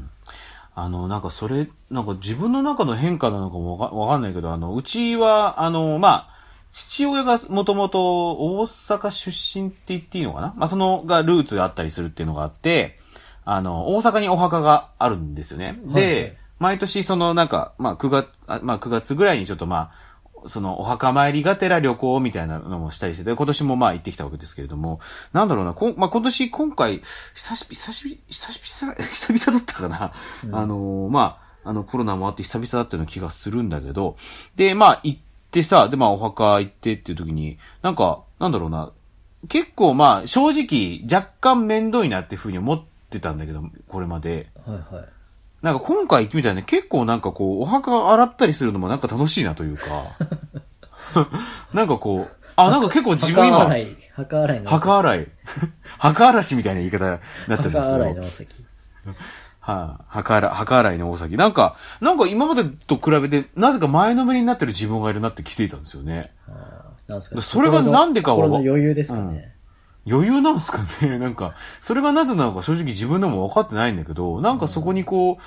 あの、なんかそれ、なんか自分の中の変化なのかもわか、わかんないけど、あの、うちは、あの、まあ、父親がもともと大阪出身って言っていいのかな？まあ、そのがルーツがあったりするっていうのがあって、あの、大阪にお墓があるんですよね。で、はいはい、毎年そのなんか、まあくがつ、まあくがつぐらいにちょっとまあ、そのお墓参りがてら旅行みたいなのもしたりしてて、今年もまあ行ってきたわけですけれども、なんだろうな、こまあ今年今回、久し、久し、久し、久々だったかな。うん、あの、まあ、あのコロナもあって久々だったような気がするんだけど、で、まあ行ってさ、でまあお墓行ってっていう時に、なんか、なんだろうな、結構まあ正直若干面倒いなっていうふうに思ってたんだけど、これまで。 はいはい。 なんか今回行ってみたらね、結構なんかこう、お墓洗ったりするのもなんか楽しいなというか、なんかこう、あ、なんか結構自分今、 墓洗い、墓洗いの墓洗い、墓嵐みたいな言い方になってるんですよ。 墓洗いの大崎。 はい、墓洗い、墓洗いの大崎。なんか、なんか今までと比べて、なぜか前のめりになってる自分がいるなって気づいたんですよね。 あなんすかそれがなんでかは。 心の余裕ですかね。 うん、余裕なんですかね。なんか、それがなぜなのか正直自分でも分かってないんだけど、なんかそこにこう、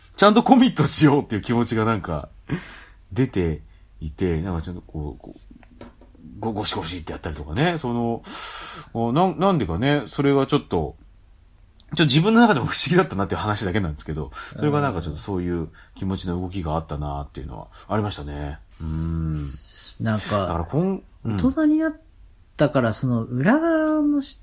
ちゃんとコミットしようっていう気持ちがなんか、出ていて、なんかちょっとこう、こうご、ゴシゴシってやったりとかね、その、な、なんでかね、それがちょっと、ちょっと自分の中でも不思議だったなっていう話だけなんですけど、それがなんかちょっとそういう気持ちの動きがあったなっていうのはありましたね。うーん。 なんか、 だからこん、 うん、大人になったからその裏側もして、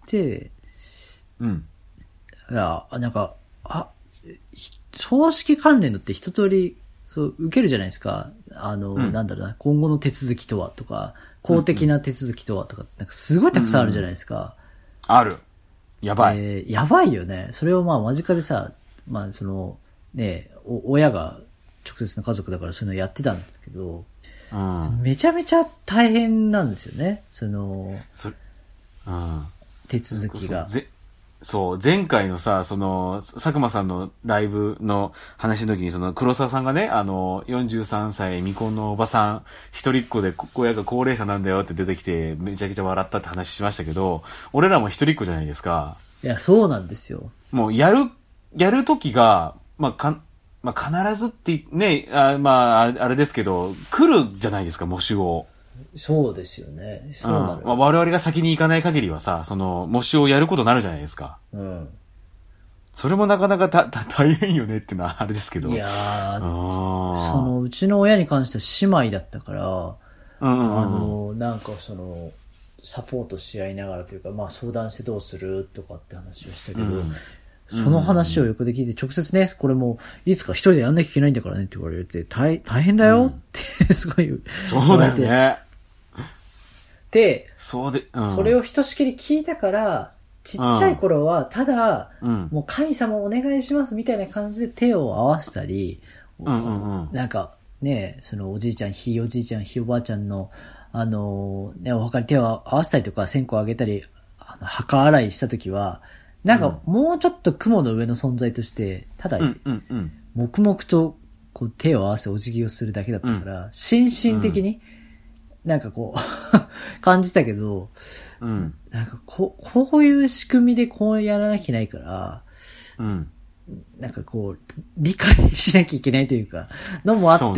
うん。 いや、なんか、あ、葬式関連だって一通り、そう、受けるじゃないですか。あの、うん、なんだろうな、今後の手続きとはとか、公的な手続きとはとか、なんかすごいたくさんあるじゃないですか。 うん、ある。やばい。 えー、やばいよね。それをまあ間近でさ、まあその、ね、親が直接の家族だからそういうのやってたんですけど、うん、めちゃめちゃ大変なんですよね。その、そうん、手続きが。 そう、前回のさ、その、佐久間さんのライブの話の時に、その、黒沢さんがね、あの、よんじゅうさんさい未婚のおばさん、一人っ子で親が高齢者なんだよって出てきて、めちゃくちゃ笑ったって話しましたけど、俺らも一人っ子じゃないですか。 いや、そうなんですよ。 もう、やる、やる時が、まあ、か、まあ、必ずってね、あまあ、あれですけど、来るじゃないですか、模試を。 そうですよね。そうなる、 うんまあ、我々が先に行かない限りはさ、その、模試をやることになるじゃないですか。うん。それもなかなかた、た、大変よねってのはあれですけど。 いやー、その、うちの親に関しては姉妹だったから、うんうんうん、あの、なんかその、サポートし合いながらというか、まあ相談してどうするとかって話をしたけど、うんその話を横で聞いて、直接ね、これも、いつか一人でやんなきゃいけないんだからねって言われて、大、大変だよって、うん、すごい。 そうだよね。 で、 そうで、うん、 それをひとしきり聞いたから、ちっちゃい頃は、ただ、うん、もう神様お願いしますみたいな感じで手を合わせたり、うんうんうん、なんか、ね、そのおじいちゃん、ひいおじいちゃん、ひいおばあちゃんの、あの、ね、お墓に手を合わせたりとか、線香をあげたり、あの墓洗いしたときは、なんかもうちょっと雲の上の存在として、ただ、黙々とこう手を合わせお辞儀をするだけだったから、心身的になんかこう感じたけど、なんかこう、こういう仕組みでこうやらなきゃいけないから、なんかこう、理解しなきゃいけないというか、のもあって、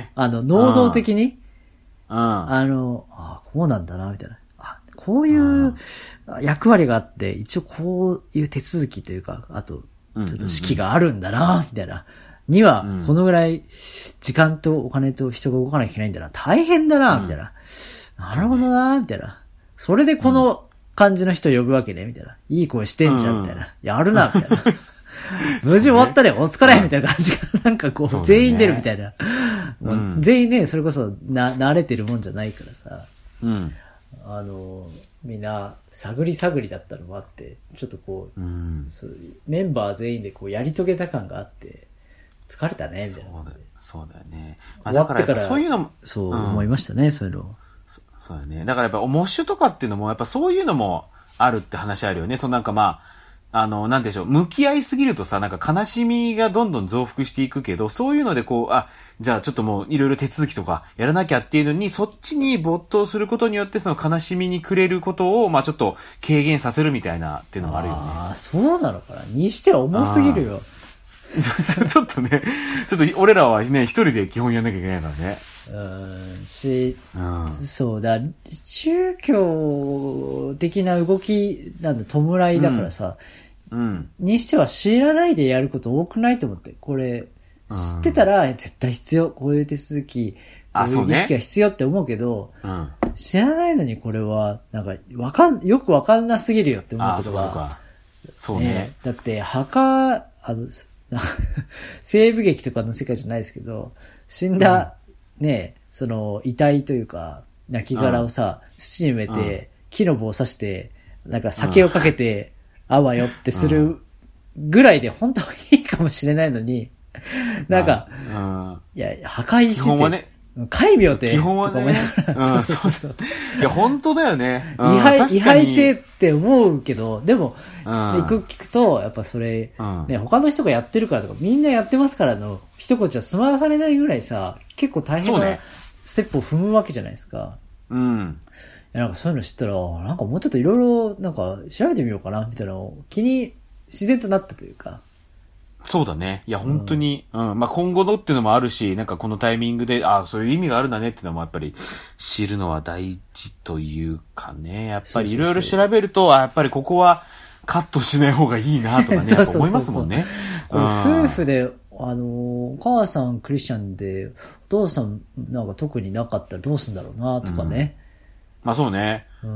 あの、能動的に、あの、あこうなんだな、みたいな。こういう役割があって、一応こういう手続きというか、あと、式があるんだな、みたいな。には、このぐらい時間とお金と人が動かなきゃいけないんだな。大変だな、みたいな。なるほどな、みたいな。それでこの感じの人呼ぶわけね、みたいな。いい声してんじゃん、みたいな。やるな、みたいな。無事終わったね、お疲れみたいな感じが、なんかこう、全員出るみたいな。全員ね、それこそな、慣れてるもんじゃないからさ。あの、みんな、探り探りだったのもあって、ちょっとこう、うん、そうメンバー全員でこう、やり遂げた感があって、疲れたね、みたいな。 そうだ、そうだよね。 まあ、だから、そういうのも、そう思いましたね、うん、そういうの。 そ, そうだね。だからやっぱ、モッシュとかっていうのも、やっぱそういうのもあるって話あるよね。そのなんかまあ、あの、なんでしょう、向き合いすぎるとさ、なんか悲しみがどんどん増幅していくけど、そういうのでこう、あ、じゃあちょっともういろいろ手続きとかやらなきゃっていうのに、そっちに没頭することによって、その悲しみに暮れることを、まあちょっと軽減させるみたいなっていうのもあるよね。 ああ、そうなのかな。にしては重すぎるよ。 ちょっとね、ちょっと俺らはね、一人で基本やんなきゃいけないからね。 うん、し、うん、そうだ、宗教的な動きなんだ、弔いだからさ、うんうん、にしては知らないでやること多くないと思って、これ、知ってたら絶対必要、こういう手続き、こういう儀式が必要って思うけど、うん、知らないのにこれは、なんか、わかん、よくわかんなすぎるよって思うことが、 あ、そうか。そうね。ねだって、墓、あの、西部劇とかの世界じゃないですけど、死んだ、うん、ね、その、遺体というか、亡骸をさ、うん、土に埋めて、うん、木の棒を刺して、なんか酒をかけて、あわよってするぐらいで本当はいいかもしれないのに、なんか、うん、いや、墓石って、基本はね、戒名って、 基本はね、 そうそうそうそう。 いや、本当だよね。 位牌、位牌ってって思うけど、でも、うん、聞くと、やっぱそれ、うん、ね、他の人がやってるからとか、みんなやってますからの、一言じゃ済まされないぐらいさ、結構大変なステップを踏むわけじゃないですか。うね、うん。いや、なんかそういうの知ったら、なんかもうちょっといろいろ、なんか調べてみようかな、みたいなのを気に自然となったというか。 そうだね。いや、本当に、うん、うん。まあ、今後のっていうのもあるし、なんかこのタイミングで、ああ、そういう意味があるんだねっていうのもやっぱり知るのは大事というかね。やっぱりいろいろ調べると、あやっぱりここはカットしない方がいいなとかね、やっぱ思いますもんね。 これ夫婦で、あの、お母さんクリスチャンで、お父さんなんか特になかったらどうするんだろうなとかね。 うん、まあそうね。 うん、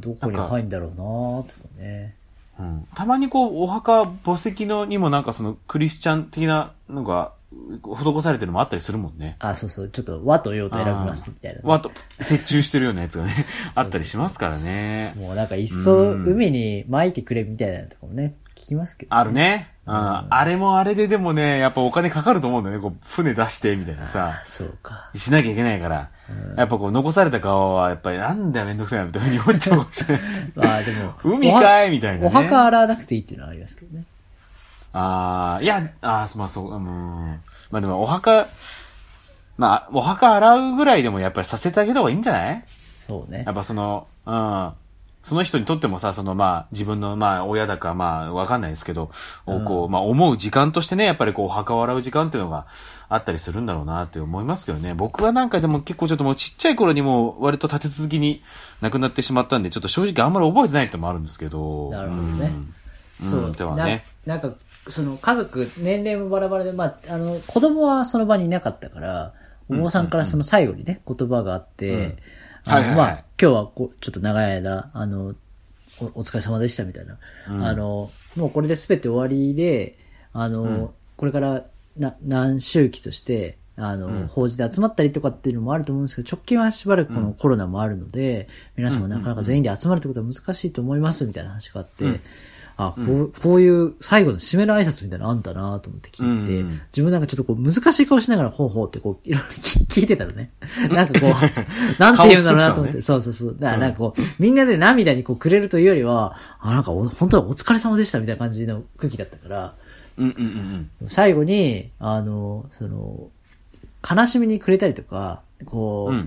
どこに入るんだろうなとかね。 うん、たまにこう、お墓、墓石のにもなんかそのクリスチャン的なのが施されてるのもあったりするもんね。 あ、そうそう。ちょっと和と洋と選びますみたいな、ね。 和と、折衷してるようなやつがね、あったりしますからね。 もうなんか一層海に撒いてくれみたいなのとかもね、聞きますけど、 ね。あるね。うん、あれもあれででもね、やっぱお金かかると思うんだよね。こう、船出してみたいなさ。 そうか。 しなきゃいけないから。うん、やっぱこう、残された側は、やっぱりなんだよめんどくさいなってふうに思っちゃうかもしれない。 まあでも。 海かいみたいな、ね。 お墓洗わなくていいっていうのはありますけどね。 ああ、いや、ああ、まあそう、うん。まあでもお墓、まあ、お墓洗うぐらいでもやっぱりさせてあげた方がいいんじゃない？ そうね。 やっぱその、うん。その人にとってもさ、そのまあ、自分のまあ、親だかまあ、わかんないですけど、うん、こう、まあ、思う時間としてね、やっぱりこう、墓を洗う時間っていうのがあったりするんだろうなって思いますけどね。僕はなんかでも結構ちょっともうちっちゃい頃にもう割と立て続きに亡くなってしまったんで、ちょっと正直あんまり覚えてないってのもあるんですけど。 なるほどね。 うん、 そう、 うん、ではね。 な、なんか、その家族、年齢もバラバラで、まあ、あの、子供はその場にいなかったから、お坊さんからその最後にね、言葉があって、うん、あの、まあ、今日はこう、ちょっと長い間、あの、お, お疲れ様でしたみたいな、うん。あの、もうこれで全て終わりで、あの、うん、これからな何周期として、あの、うん、法事で集まったりとかっていうのもあると思うんですけど、直近はしばらくこのコロナもあるので、うん、皆さんもなかなか全員で集まるってことは難しいと思いますみたいな話があって、うん、あ、こう、こういう最後の締めの挨拶みたいなのあんだなと思って聞いて、うん、自分なんかちょっとこう難しい顔しながらほうほうってこう、いろいろ聞いてたらね。なんかこう、なんて言うんだろうなと思って、ね、そうそうそう。だからなんかこう、うん、みんなで涙にこうくれるというよりは、あ、なんかお本当にお疲れ様でしたみたいな感じの空気だったから、 うんうんうんうん、 最後に、あの、その、悲しみにくれたりとか、こう、うん、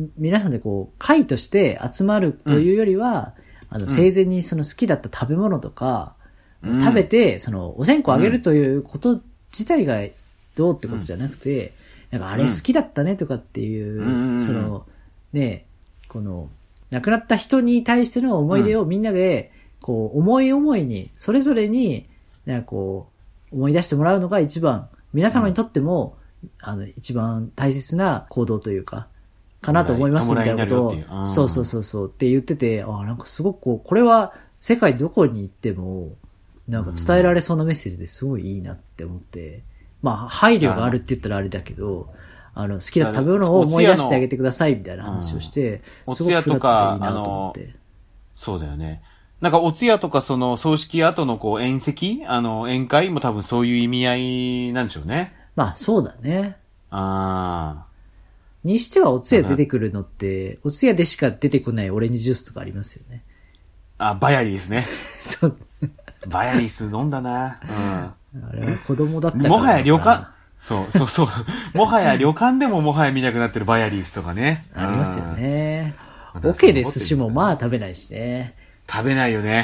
皆さんでこう、会として集まるというよりは、うん、あの、生前にその好きだった食べ物とか、うん、食べて、その、お線香あげるということ自体がどうってことじゃなくて、うん、なんかあれ好きだったねとかっていう、うん、その、ね、この、亡くなった人に対しての思い出をみんなで、こう、思い思いに、それぞれに、なんかこう、思い出してもらうのが一番、皆様にとっても、うん、あの、一番大切な行動というか、かなと思いますみたいなことを、そうそうそうそうって言ってて、あ、なんかすごくこう、これは世界どこに行っても、なんか伝えられそうなメッセージですごいいいなって思って、まあ、配慮があるって言ったらあれだけど、あの、好きな食べ物を思い出してあげてくださいみたいな話をして、 すごくフラットでいいなと思って。そうだよね。なんか、お通夜とかその、葬式後のこう、宴席あの、宴会も多分そういう意味合いなんでしょうね。 まあ、そうだね。 ああ。 にしてはお通夜出てくるのって、お通夜でしか出てこないオレンジジュースとかありますよね。 あ、バヤリーですね。 そう。 バヤリース飲んだな。 うん。あれは子供だったから。 もはや旅館、そうそうそう。もはや旅館でももはや見なくなってるバヤリースとかね。 ありますよね。オケで寿司もまあ食べないしね。 食べないよね。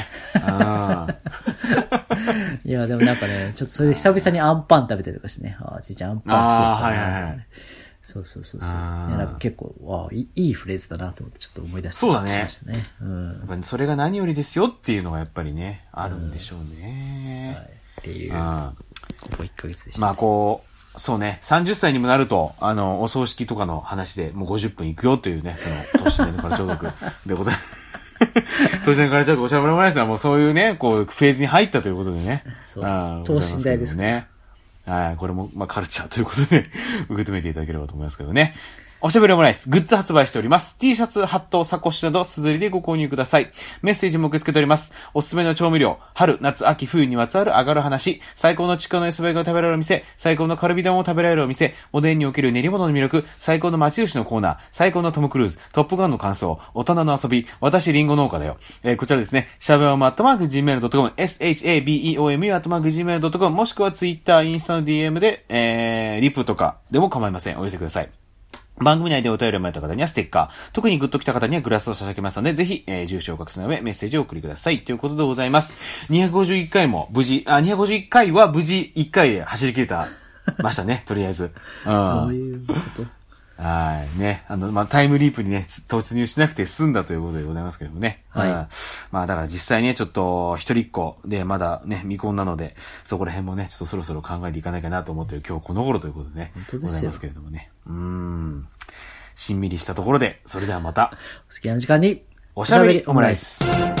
いや、でもなんかね、ちょっとそれで久々にアンパン食べたりとかしてね。ああ、じいちゃんアンパン好きだったな。 ああ、はいはいはい。 そうそうそうそう。いや、なんか結構、わあ、いいフレーズだなと思ってちょっと思い出してしましたね。そうだね。うん。 やっぱりそれが何よりですよっていうのがやっぱりね、あるんでしょうね。 うん、はい。っていう、ここいっかげつでした、 ね。まあこう、そうね、さんじゅっさいにもなると、あの、お葬式とかの話でもうごじゅっぷんいくよというね、その、年年からちょうどくでございます。等身大からちょっとおしゃべりもないですが、もうそういうね、こう、フェーズに入ったということでね。 そう。等身大ですね。 はい。これも、まあ、カルチャーということで、受け止めていただければと思いますけどね。おしゃべりオムライス、グッズ発売しております。T シャツ、ハット、サコッシュなど、すずりでご購入ください。メッセージも受け付けております。おすすめの調味料、春、夏、秋、冬にまつわる上がる話、最高のちくわの磯辺が食べられるお店、最高のカルビ丼を食べられるお店、おでんにおける練り物の魅力、最高の町牛のコーナー、最高のトム・クルーズ、トップガンの感想、大人の遊び、私リンゴ農家だよ。えー、こちらですね、シャベオムアットマーク ジーメールドットコム、エスエイチエービーイーオーエムユー アットマーク ジーメールドットコム、もしくはツイッター、インスタの ディーエム で、えー、リプとかでも構いません。お寄せください。 番組内でお便りをもらった方にはステッカー、特にグッと来た方にはグラスを差し上げますので、ぜひ、えー、住所を隠すの上メッセージをお送りください。ということでございます。にひゃくごじゅういっかいも無事、あ、にひゃくごじゅういっかいは無事いっかいで走り切れたましたね、とりあえず。 うん。そういうことはい。ね。あの、まあ、タイムリープにね、突入しなくて済んだということでございますけどもね。 はい。 まあ、だから実際ね、ちょっと、一人っ子で、まだね、未婚なので、そこら辺もね、ちょっとそろそろ考えていかなきゃなと思っている今日この頃ということでね。 本当ですよ。 ございますけれどもね。うーん。しんみりしたところで、それではまた。 お好きな時間に、 おしゃべりオムライス。